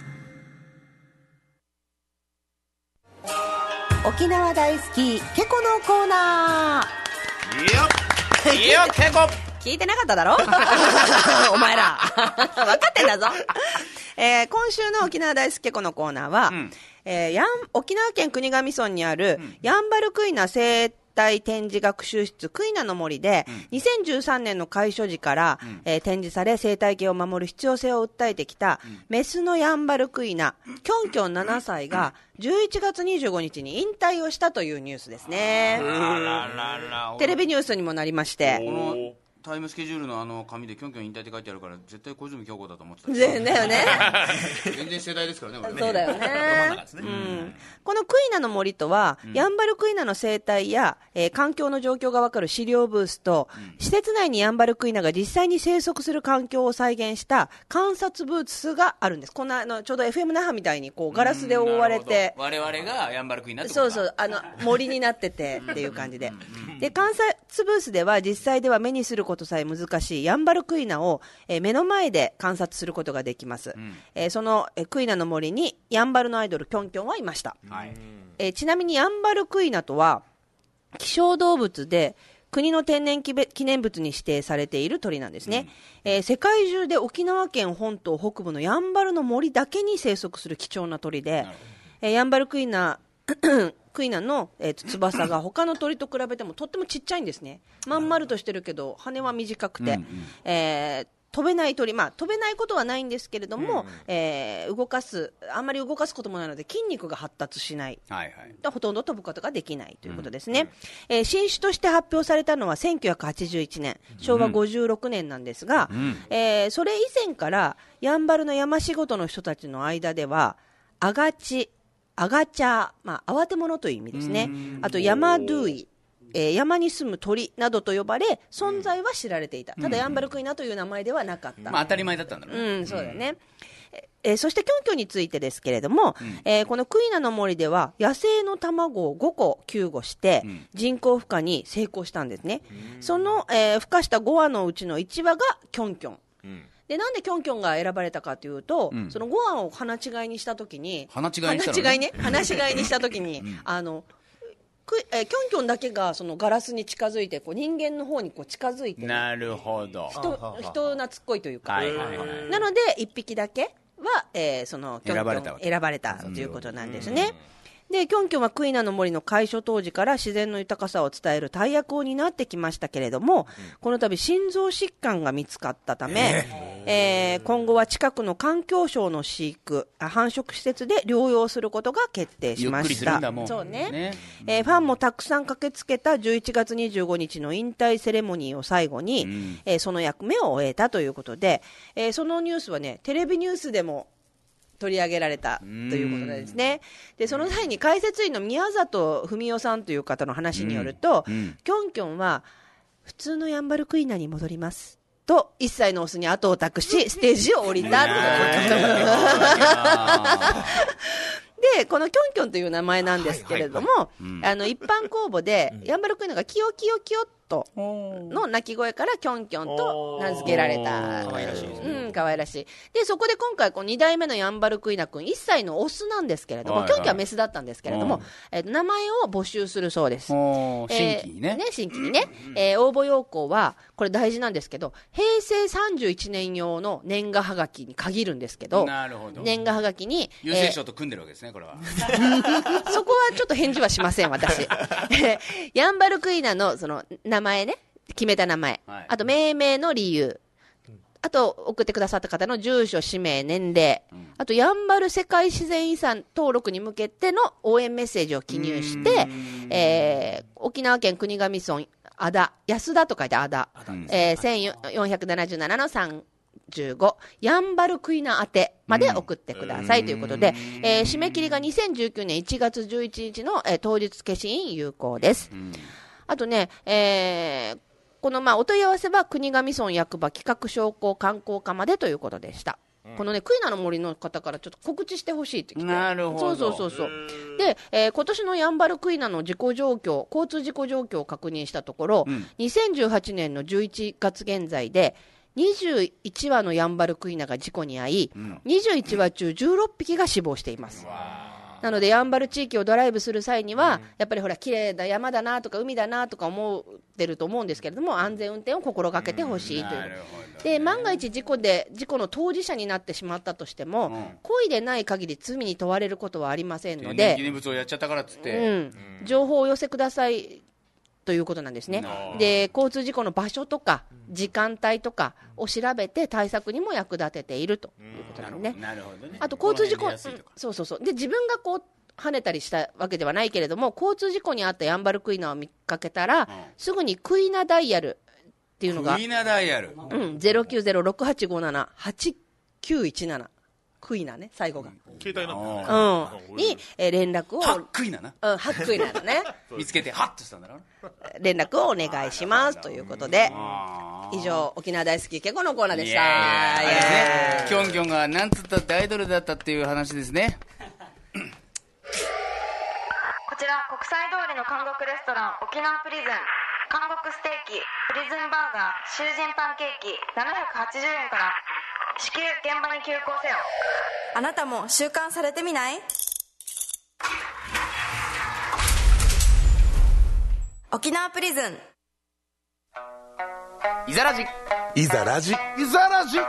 [SPEAKER 4] 沖縄大好きケコのコーナー。
[SPEAKER 3] いいよケコ。
[SPEAKER 4] 聞いてなかっただろお前ら分かってんだぞ。今週の沖縄大好きケコのコーナーは、沖縄県国頭村にある、ヤンバルクイナ生態展示学習室クイナの森で、2013年の開所時から、展示され生態系を守る必要性を訴えてきた、メスのヤンバルクイナキョンキョン7歳が11月25日に引退をしたというニュースですね。テレビニュースにもなりまして、
[SPEAKER 6] このタイムスケジュールの紙でキョンキョン引退って書いてあるから絶対小泉京子だと思ってた。
[SPEAKER 4] だよね
[SPEAKER 6] 全然世代ですからね、俺ね。
[SPEAKER 4] そうだよね。このクイナの森とは、ヤンバルクイナの生態や、環境の状況がわかる資料ブースと、施設内にヤンバルクイナが実際に生息する環境を再現した観察ブースがあるんです。こんなちょうど FM 那覇みたいにこうガラスで覆われて、
[SPEAKER 6] 我々がヤンバルクイナってことか。
[SPEAKER 4] そう森になっててっていう感じでで、観察ブースでは実際では目にすることさえ難しいヤンバルクイナを、目の前で観察することができます。その、クイナの森にヤンバルのアイドルキョンキョンはいました。ちなみにヤンバルクイナとは希少動物で国の天然記念物に指定されている鳥なんですね。世界中で沖縄県本島北部のヤンバルの森だけに生息する貴重な鳥で、ヤンバルクイナの、翼が他の鳥と比べてもとってもちっちゃいんですね。まん丸としてるけど羽は短くて、飛べない鳥、飛べないことはないんですけれども、あんまり動かすこともないので筋肉が発達しない、ほとんど飛ぶことができないということですね。新種として発表されたのは1981年昭和56年なんですが、それ以前からヤンバルの山仕事の人たちの間ではアガチャー、慌て者という意味ですね。あとヤマドゥイ、山に住む鳥などと呼ばれ存在は知られていた。ただヤンバルクイナという名前ではなかった。
[SPEAKER 6] 当たり前だったんだろうね。
[SPEAKER 4] そうだよね。そしてキョンキョンについてですけれども、このクイナの森では野生の卵を5個救護して人工孵化に成功したんですね。その、孵化した5羽のうちの1羽がキョンキョン。でなんでキョンキョンが選ばれたかというと、その5羽を放し飼いにしたときに放し飼いにしたときにキョンキョンだけがそのガラスに近づいて人間の方に近づいて、
[SPEAKER 6] なるほど、
[SPEAKER 4] 人懐っこいというか、なので1匹だけは、そのキョンキョン選ばれたということなんですね。でキョンキョンはクイナの森の開所当時から自然の豊かさを伝える大役を担ってきましたけれども、この度心臓疾患が見つかったため、今後は近くの環境省の繁殖施設で療養することが決定しました。そうね。ファンもたくさん駆けつけた11月25日の引退セレモニーを最後に、その役目を終えたということで、そのニュースはねテレビニュースでも取り上げられたということですね。でその際に解説員の宮里文夫さんという方の話によると、キョンキョンは普通のヤンバルクイナに戻りますと1歳のオスに後を託しステージを降りたとでこのキョンキョンという名前なんですけれども、一般公募でヤンバルクイナがキヨキヨキヨっとの鳴き声からキョンキョンと名付けられた。可愛らしいですね。可愛らしい。でそこで今回2代目のヤンバルクイナ君1歳のオスなんですけれども、キョンキョンはメスだったんですけれども、名前を募集するそうです。
[SPEAKER 6] 新規にね。
[SPEAKER 4] 新規にね。応募要項はこれ大事なんですけど、平成31年用の年賀はがきに限るんですけど、
[SPEAKER 6] なるほど。
[SPEAKER 4] 年賀はがきに
[SPEAKER 6] 郵政省と組んでるわけですね、これは。
[SPEAKER 4] そこはちょっと返事はしません私。ヤンバルクイナのその名前ね、決めた名前、あと命名の理由、あと送ってくださった方の住所、氏名、年齢、あとやんばる世界自然遺産登録に向けての応援メッセージを記入して、沖縄県国頭村安田と書いて安田、1477の35ヤンバルクイナ宛てまで送ってくださいということで、締め切りが2019年1月11日の、当日消印有効です。あとね、このお問い合わせは国頭村役場企画商工観光課までということでした。 このね、クイナの森の方からちょっと告知してほしいって来て。
[SPEAKER 6] なるほど。
[SPEAKER 4] そう。で、今年のヤンバルクイナの事故状況、交通事故状況を確認したところ、2018年の11月現在で、21羽のヤンバルクイナが事故に遭い、21羽中16匹が死亡しています。なのでヤンバル地域をドライブする際には、やっぱりほら綺麗な山だなとか海だなとか思ってると思うんですけれども、安全運転を心がけてほしいという。で、万が一事故の当事者になってしまったとしても、故意でない限り罪に問われることはありませんので、
[SPEAKER 6] 記念物をやっちゃったからっつって、
[SPEAKER 4] 情報をお寄せくださいということなんですね。で、交通事故の場所とか時間帯とかを調べて対策にも役立てているということなんでね。
[SPEAKER 6] なるほどね。
[SPEAKER 4] あと交通事故、そうで、自分がこう跳ねたりしたわけではないけれども、交通事故にあったヤンバルクイナを見かけたら、すぐにクイナダイヤルっていうのが、
[SPEAKER 6] クイナダイヤル、
[SPEAKER 4] 090-6857-8917、クイナね、最後が。
[SPEAKER 2] 携帯なん
[SPEAKER 4] に、連絡を。
[SPEAKER 6] ハックイナな。
[SPEAKER 4] ハックイナのね。
[SPEAKER 6] 見つけて、ハッとしたんだろ。
[SPEAKER 4] 連絡をお願いしますということで、以上、沖縄大好き結構のコーナーでした。
[SPEAKER 6] キョンキョンがなんつったってアイドルだったっていう話ですね。
[SPEAKER 10] こちら国際通りの韓国レストラン沖縄プリズン、韓国ステーキ、プリズンバーガー、囚人パンケーキ780円から至急現場に急行せよ。
[SPEAKER 11] あなたも習慣されてみない？沖縄プリズン。
[SPEAKER 6] イザラジ
[SPEAKER 1] いざラジいざラジ
[SPEAKER 11] いざらじいざら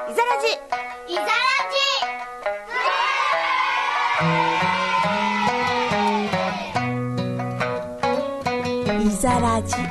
[SPEAKER 11] じいざらじ。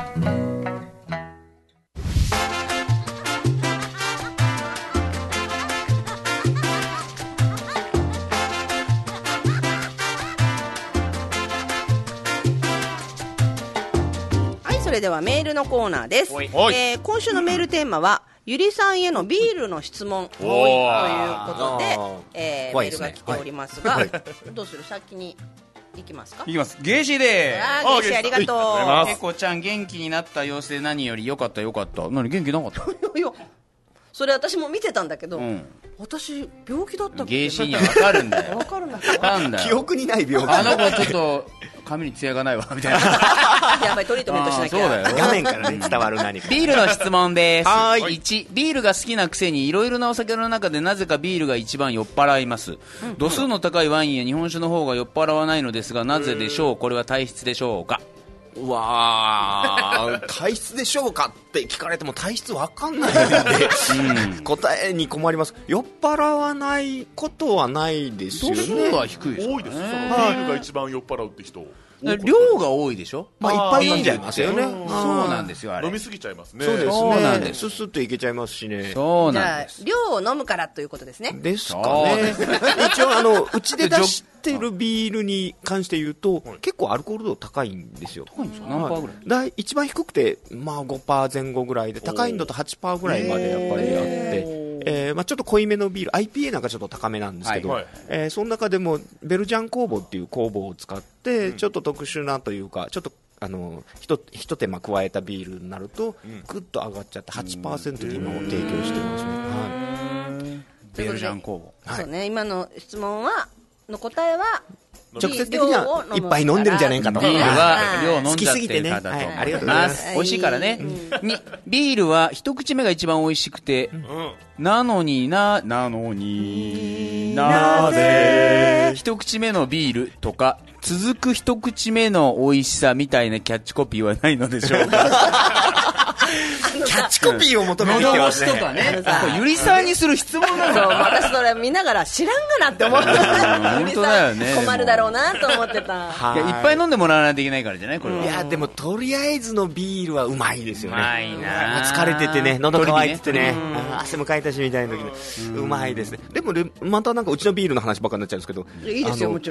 [SPEAKER 4] それではメールのコーナーです。今週のメールテーマはゆりさんへのビールの質問ということで、メールが来ておりますが、どうする？先に行きますか？
[SPEAKER 6] 行きます。ゲイシーで
[SPEAKER 4] ーす。ゲイシーありがとう。
[SPEAKER 6] けこちゃん元気になった様子で何よりよかった。何元気なかった？
[SPEAKER 4] いや、それ私も見てたんだけど、私病気だったっけ？
[SPEAKER 6] ゲイシーには分かるんだよ。
[SPEAKER 4] 分かるんだ。
[SPEAKER 5] なんだよ。記憶にない病気。
[SPEAKER 6] あの子ちょっと髪に艶がないわみたいな。
[SPEAKER 4] やばい、トリートメントしなきゃ。
[SPEAKER 6] そうだよ。
[SPEAKER 5] 画面からね伝わる何か。
[SPEAKER 6] ビールの質問です。
[SPEAKER 5] 1、
[SPEAKER 6] ビールが好きなくせにいろいろなお酒の中でなぜかビールが一番酔っ払います。度数の高いワインや日本酒の方が酔っ払わないのですが、なぜでしょう？これは体質でしょうか？
[SPEAKER 5] うわー、体質でしょうかって聞かれても体質わかんないので、答えに困ります。酔っ払わないことはないですよね。
[SPEAKER 6] 度数は低いですね。
[SPEAKER 2] 多いです。そのビールが一番酔っ払うって人。
[SPEAKER 6] 量が多いでしょ。
[SPEAKER 5] まあいっぱい飲んじゃいますよね。
[SPEAKER 6] そうなんですよ。あれ
[SPEAKER 2] 飲みすぎちゃいますね。
[SPEAKER 5] そうですね。
[SPEAKER 6] そうなんです。
[SPEAKER 5] スッスッといけちゃいますしね。
[SPEAKER 6] そうなんです。
[SPEAKER 4] じゃあ量を飲むからということですね。
[SPEAKER 5] ですかね。一応うちで出してるビールに関して言うと結構アルコール度高いんですよ。
[SPEAKER 6] 高いんですか？何パーぐらい？
[SPEAKER 5] 一番低くてまあ 5% 前後ぐらいで、高いのと 8% ぐらいまでやっぱりあって。まあ、ちょっと濃いめのビール IPA なんかちょっと高めなんですけど、その中でもベルジャン酵母っていう酵母を使ってちょっと特殊なというか、ちょっと一手間加えたビールになるとグッと上がっちゃって 8% に今も提供してますね。
[SPEAKER 6] ベルジャン酵母。
[SPEAKER 4] そうね、今の質問の答えは
[SPEAKER 5] 直接的にはいっぱい飲んでるんじゃないかと。
[SPEAKER 6] ビールは量飲んじゃってるからだと思い
[SPEAKER 5] ありがとうございます。
[SPEAKER 6] 美味しいからね。ビールは一口目が一番美味しくて、なぜ一口目のビールとか続く一口目の美味しさみたいなキャッチコピーはないのでしょうか？
[SPEAKER 5] キャッチコピーを求めてきてますね。
[SPEAKER 6] とかね。ゆりさんにする質問なんだ。
[SPEAKER 4] 私それ見ながら知らんがなって思ってた。
[SPEAKER 6] 本当だよね。
[SPEAKER 4] 困るだろうなと思ってた。
[SPEAKER 6] いっぱい飲んでもらわないといけないからじゃないこれは。
[SPEAKER 5] いやでもとりあえずのビールはうまいですよね。
[SPEAKER 6] うまいな。
[SPEAKER 5] 疲れててね、喉乾いててね、汗もかいたしみたいな時にうまいですね。でもまたなんかうちのビールの話ばっかりになっちゃうんですけど。
[SPEAKER 4] いいですよもちろん。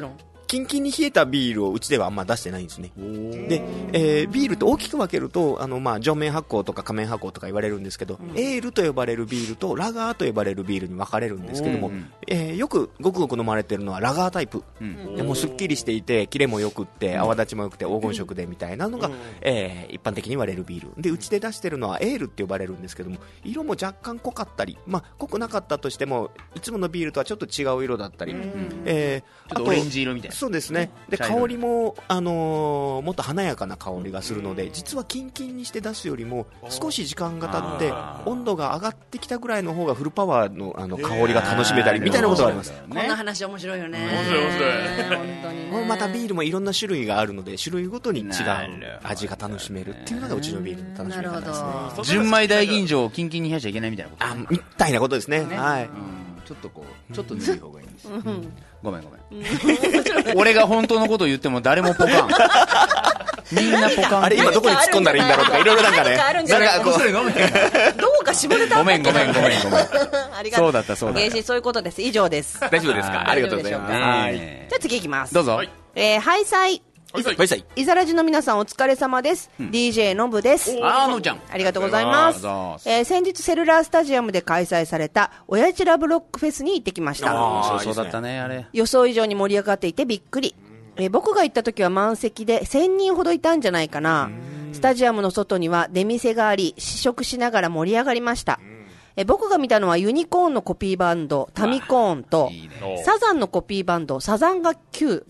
[SPEAKER 5] キンキンに冷えたビールをうちではあんま出してないんですね。で、ビールって大きく分けると上面発酵とか下面発酵とか言われるんですけど、エールと呼ばれるビールとラガーと呼ばれるビールに分かれるんですけども、よくごくごく飲まれてるのはラガータイプ、でもうすっきりしていてキレもよくって泡立ちもよくて黄金色でみたいなのが、一般的に言われるビールで、うちで出してるのはエールって呼ばれるんですけども、色も若干濃かったり、濃くなかったとしてもいつものビールとはちょっと違う色だったり、
[SPEAKER 6] ちょっとオレンジ色みたいな。
[SPEAKER 5] そうですね。で香りも、もっと華やかな香りがするので、実はキンキンにして出すよりも少し時間が経って温度が上がってきたぐらいの方がフルパワーの、香りが楽しめたりみたいなことがあります。
[SPEAKER 4] こんな話面白いよね。
[SPEAKER 2] 面白い面白い。
[SPEAKER 4] 本当にね。
[SPEAKER 5] またビールもいろんな種類があるので、種類ごとに違う味が楽しめるっていうのがうちのビールの楽しみ方ですね。
[SPEAKER 6] 純米大吟醸をキンキンに冷やしちゃいけないみたいなこと、
[SPEAKER 5] みたいなことですね。はい。
[SPEAKER 6] ちょっとぬるい方がいいんです。ごめん俺が本当のことを言っても誰もポカン。みんなポカン。
[SPEAKER 5] あれ今どこに突っ込んだらいいんだろうとかいろいろなんかね。
[SPEAKER 4] どうか絞れた。
[SPEAKER 6] ごめん。
[SPEAKER 4] ありがとう。
[SPEAKER 6] そうだった。
[SPEAKER 4] 原始そういうことです。以上です。
[SPEAKER 5] 大丈夫ですか。ありがとうございます。
[SPEAKER 4] じゃあ次いきます。
[SPEAKER 6] どうぞ。
[SPEAKER 4] ハイサイ。イザラジの皆さんお疲れ様です、DJ のぶです。
[SPEAKER 6] のぶちゃん、
[SPEAKER 4] ありがとうございます。先日セルラースタジアムで開催された親父ラブロックフェスに行ってきました。
[SPEAKER 6] そうだったね。あれ
[SPEAKER 4] 予想以上に盛り上がっていてびっくり。僕が行った時は満席で1000人ほどいたんじゃないかな。スタジアムの外には出店があり、試食しながら盛り上がりました。僕が見たのはユニコーンのコピーバンドタミコーンとサザンのコピーバンドサザンが9。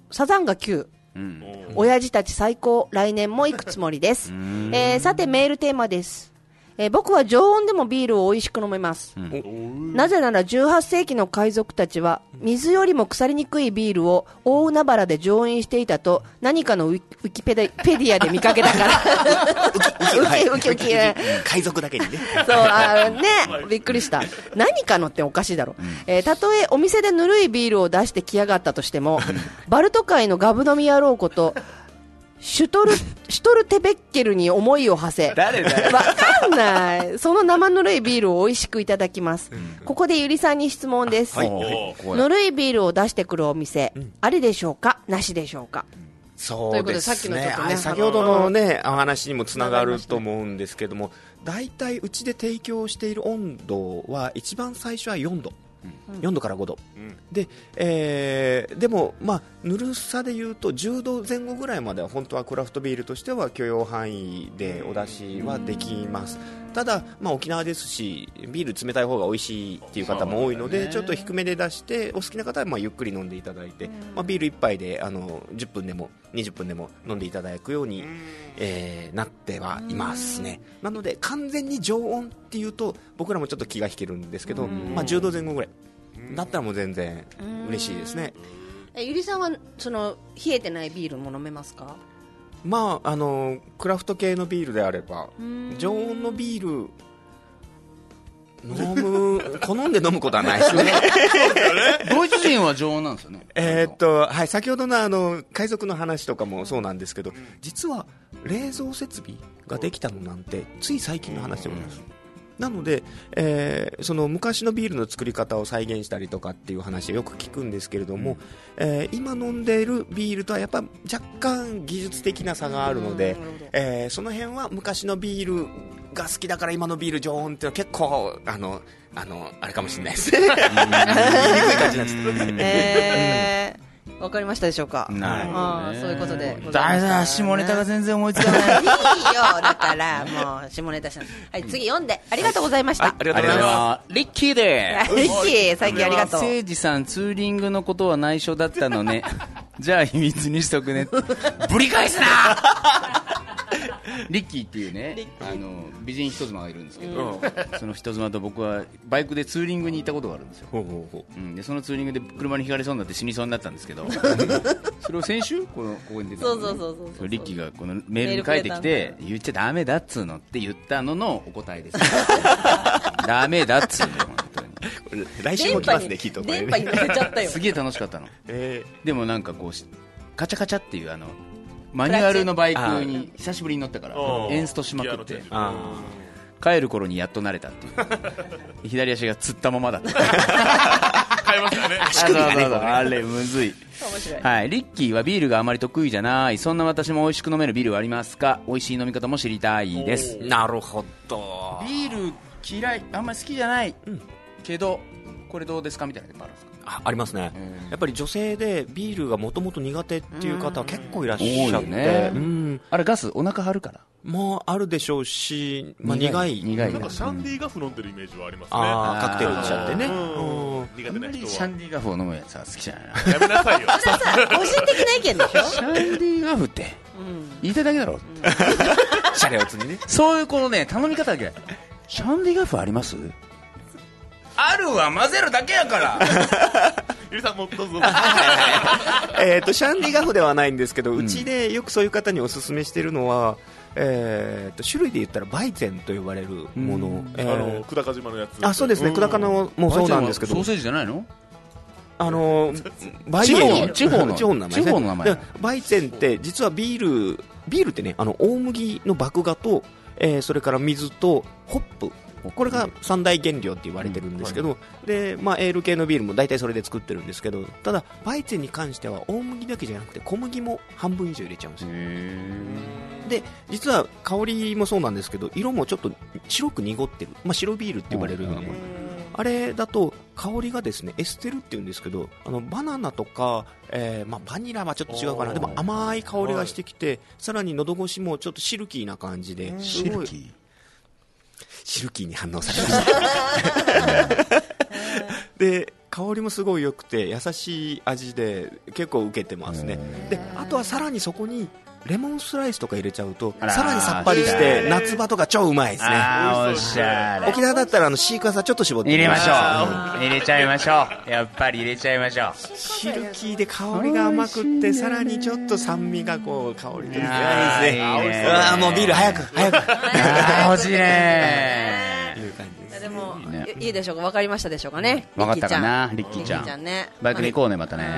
[SPEAKER 4] 親父たち最高、来年も行くつもりです。さてメールテーマです。僕は常温でもビールを美味しく飲めます。なぜなら18世紀の海賊たちは水よりも腐りにくいビールを大海原で常飲していたと何かのウィキペディアで見かけたからウキ
[SPEAKER 5] 海賊だけにね。
[SPEAKER 4] そうびっくりした。何かのっておかしいだろ。たとえお店でぬるいビールを出してきやがったとしてもバルト海のガブ飲み野郎ことシュトルテベッケルに思いを馳せ。
[SPEAKER 6] 誰だよ。
[SPEAKER 4] わかんない。その生ぬるいビールを美味しくいただきます。ここでゆりさんに質問です。ぬるいビールを出してくるお店、ありでしょうか、なしでしょうか。
[SPEAKER 5] そうですね。先ほどのねお話にもつながると思うんですけども、だいたいうちで提供している温度は一番最初は4度。4度から5度、でも、ぬるさでいうと10度前後ぐらいまでは本当はクラフトビールとしては許容範囲でお出しはできます。ただ、沖縄ですしビール冷たい方が美味しいっていう方も多いので、ちょっと低めで出してお好きな方はゆっくり飲んでいただいて、ビール1杯で10分でも20分でも飲んでいただくように、なってはいますね。なので完全に常温っていうと僕らもちょっと気が引けるんですけど、10度前後ぐらいだったらもう全然嬉しいですね。
[SPEAKER 4] ゆりさんはその冷えてないビールも飲めますか。
[SPEAKER 5] クラフト系のビールであれば常温のビール好んで飲むことはないですね。
[SPEAKER 6] ドイツ人は常温なんですよね。
[SPEAKER 5] はい、先ほどの海賊の話とかもそうなんですけど、実は冷蔵設備ができたのなんてつい最近の話でございます。なので、その昔のビールの作り方を再現したりとかっていう話をよく聞くんですけれども、今飲んでいるビールとはやっぱ若干技術的な差があるので、その辺は昔のビールが好きだから今のビール常温っていうのは結構あれかもしれないですね。言いにくい感じなんです。
[SPEAKER 4] わかりましたでしょうか。
[SPEAKER 6] なるほどね。
[SPEAKER 4] そういうことで
[SPEAKER 6] 誰だ、下ネタが全然思いつかない。
[SPEAKER 4] いいよ、だからもう下ネタした。はい、次読んで。ありがとうございました。
[SPEAKER 5] ありがとうございます。
[SPEAKER 6] リッキーで
[SPEAKER 4] リッキー、最近ありがとう。
[SPEAKER 6] 誠司さん、ツーリングのことは内緒だったのね。じゃあ秘密にしとくね。ぶり返すな。リッキーっていうね、美人人妻がいるんですけど、その人妻と僕はバイクでツーリングに行ったことがあるんですよ。でそのツーリングで車にひかれそうになって死にそうになったんですけど、それを先週ここに出たの、ね、リッキーがこのメールに書いてきて、言っちゃダメだっつうのって言ったののお答えです。ダメだっつうの、本当に。
[SPEAKER 5] 来週も来ますね、きっとこれね。
[SPEAKER 4] 電波に乗せちゃったよ。
[SPEAKER 6] すげえ楽しかったの。でもなんかこうカチャカチャっていうマニュアルのバイクに久しぶりに乗ったからエンストしまくって、帰る頃にやっと慣れたっていう。左足がつったままだった。
[SPEAKER 2] 買いますからね。
[SPEAKER 6] 足首がね、あれむずい。はい、リッキーはビールがあまり得意じゃない。そんな私も美味しく飲めるビールはありますか？美味しい飲み方も知りたいです。
[SPEAKER 5] なるほど。
[SPEAKER 6] ビール嫌い、あんまり好きじゃない、けどこれどうですかみたいなのがあるんですか？
[SPEAKER 5] ありますね、やっぱり女性でビールがもともと苦手っていう方は結構いらっしゃって、
[SPEAKER 6] ね、あれガスお腹張るから
[SPEAKER 5] もあるでしょうし、まあ、苦い
[SPEAKER 2] なんかシャンディガフ飲んでるイメージはありますね。
[SPEAKER 5] カクテルにしちゃってね、
[SPEAKER 2] 苦手な人は
[SPEAKER 6] シャンディガフを飲むやつは好きじゃないな。
[SPEAKER 2] やめなさいよ。
[SPEAKER 4] それはさ個人的な意見でしょ。
[SPEAKER 6] シャンディガフって言いたいだけだろ、
[SPEAKER 5] シャレオツにね。
[SPEAKER 6] そういうこのね頼み方だけ。シャンディガフあります？あるわ、混ぜるだけやから
[SPEAKER 2] ゆりさんもどうぞ。
[SPEAKER 5] シャンディガフではないんですけど、うちでよくそういう方におすすめしているのは、種類で言ったらバイゼンと呼ばれるもの、
[SPEAKER 2] 久高島のやつ。
[SPEAKER 5] そうですね、久高のもそうなんですけど、
[SPEAKER 6] ソーセージじゃないの？
[SPEAKER 5] バイエン
[SPEAKER 6] 地方の
[SPEAKER 5] 名前。バイゼンって実はビールってね、大麦の麦芽と、それから水とホップ、これが三大原料って言われてるんですけど、で、まあ、エール系のビールも大体それで作ってるんですけど、ただバイゼンに関しては大麦だけじゃなくて小麦も半分以上入れちゃうんですよ。で実は香りもそうなんですけど、色もちょっと白く濁ってる、まあ、白ビールって言われるようなもの、あれだと香りがですねエステルって言うんですけど、バナナとか、まあ、バニラはちょっと違うかな、でも甘い香りがしてきて、さらに喉越しもちょっとシルキーな感じで、シルキーに反応されましたで香りもすごい良くて優しい味で結構受けてますね。であとはさらにそこにレモンスライスとか入れちゃうとさらにさっぱりして夏場とか超うまいですね。
[SPEAKER 6] おしゃれ。
[SPEAKER 5] 沖縄だったらシークワーサーちょっと絞って
[SPEAKER 6] 入れましょう、入れちゃいましょう、やっぱり入れちゃいましょう。
[SPEAKER 5] シルキーで香りが甘くってさらにちょっと酸味がこう香りでいいですね。もうビール早く
[SPEAKER 6] 欲しいね
[SPEAKER 5] いう感じです。
[SPEAKER 4] でもいいでしょうか、分かりましたでしょうかね。
[SPEAKER 6] 分かったかな、リッキーちゃん
[SPEAKER 4] ね。
[SPEAKER 6] バイクで行こうね、またね。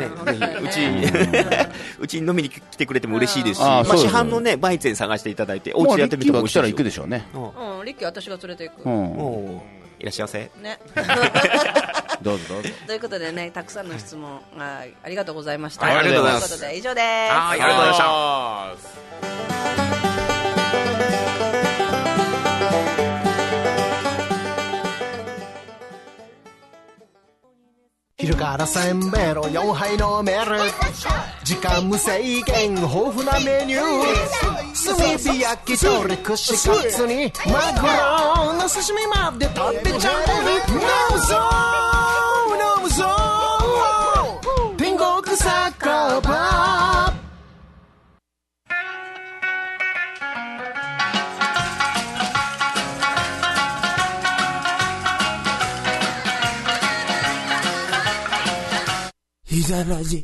[SPEAKER 5] うちに飲みに来てくれても嬉しいですし、まあ市販のねバイゼン探していただいてお家でやってみても美味しい。
[SPEAKER 6] リッキーが来たら行くでしょうね。
[SPEAKER 4] リッキー私が連れて行く。
[SPEAKER 5] いらっしゃいませ。
[SPEAKER 4] ね。
[SPEAKER 6] どうぞどうぞ。
[SPEAKER 4] ということでね、たくさんの質問ありがとうございました。
[SPEAKER 5] ありがとうございます。
[SPEAKER 4] ということで以上です。
[SPEAKER 5] ありがとうございました。
[SPEAKER 7] 昼からせんべろ4杯飲める、時間無制限豊富なメニュー、炭火焼き鳥串カツにマグロの刺身まで食べちゃう。飲むぞ天国酒場。
[SPEAKER 1] いざラジ。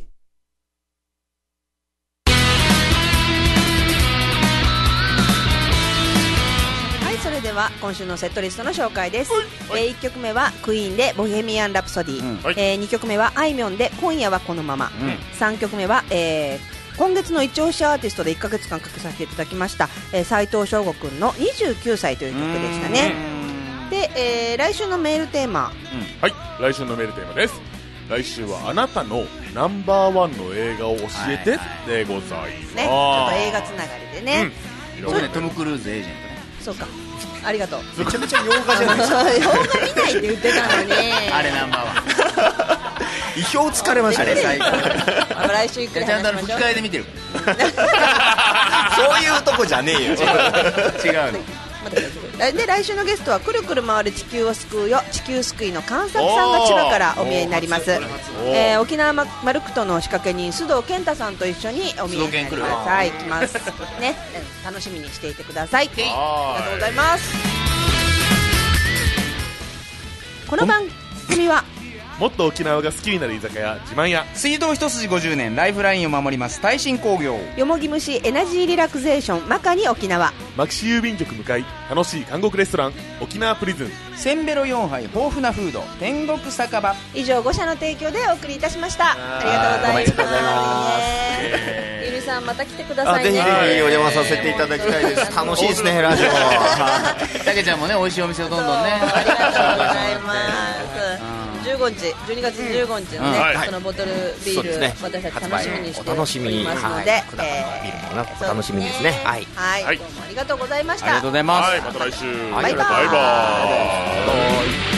[SPEAKER 4] はい、それでは今週のセットリストの紹介です。1曲目はクイーンでボヘミアン・ラプソディ、2曲目はあいみょんで今夜はこのまま、3曲目は、今月の一押しアーティストで1ヶ月間かけさせていただきました斉藤翔吾くんの29歳という曲でしたね。で、来週のメールテーマ、
[SPEAKER 2] はい、来週のメールテーマです。来週はあなたのナンバーワンの映画を教えてでございます、
[SPEAKER 4] ね、ちょっと映画つながりでね、
[SPEAKER 6] そうね、トム・クルーズエージェントね。
[SPEAKER 4] そうか、ありがとう。
[SPEAKER 5] めちゃめちゃ洋画じゃないですか。
[SPEAKER 4] 洋画見ないって言ってたのに
[SPEAKER 6] あれナンバーワン。
[SPEAKER 5] 意表つかれましたね。
[SPEAKER 6] 最高。
[SPEAKER 4] 来週ゆっくり
[SPEAKER 6] ちゃんと
[SPEAKER 4] 話しましょう。
[SPEAKER 6] 吹き替えで見てる。
[SPEAKER 5] そういうとこじゃねえよ。
[SPEAKER 6] 違うの。
[SPEAKER 4] で来週のゲストはくるくる回る地球を救うよ、地球救いの観察さんが千葉からお見えになります。沖縄マルクトの仕掛け人須藤健太さんと一緒にお見えになってください。来ますね、楽しみにしていてください。ありがとうございます。この番組は
[SPEAKER 2] もっと沖縄が好きになる居酒屋自慢屋、
[SPEAKER 6] 水道一筋50年ライフラインを守ります耐震工業、
[SPEAKER 4] よもぎ虫エナジーリラクゼーションマカニ沖縄、
[SPEAKER 2] マキシ郵便局向かい楽しい韓国レストラン沖縄プリズン、
[SPEAKER 6] せんべろ4杯豊富なフード天国酒場、
[SPEAKER 4] 以上5社の提供でお送りいたしました。ありがとうございます。ゆりさんまた来てくださいね。
[SPEAKER 5] ぜひぜひお邪魔させていただきたいです。楽しいですねラジオ。
[SPEAKER 6] たけちゃんもね美味しいお店をどんどんね。
[SPEAKER 4] ありがとうございます。15 15日12月15日のね、そのボトルビール、私たち楽しみにしておりますので、ビールもお楽しみですね。はい、どうもありがとうございました。
[SPEAKER 3] ありがとうございます。
[SPEAKER 2] また来週。
[SPEAKER 4] バイバイ。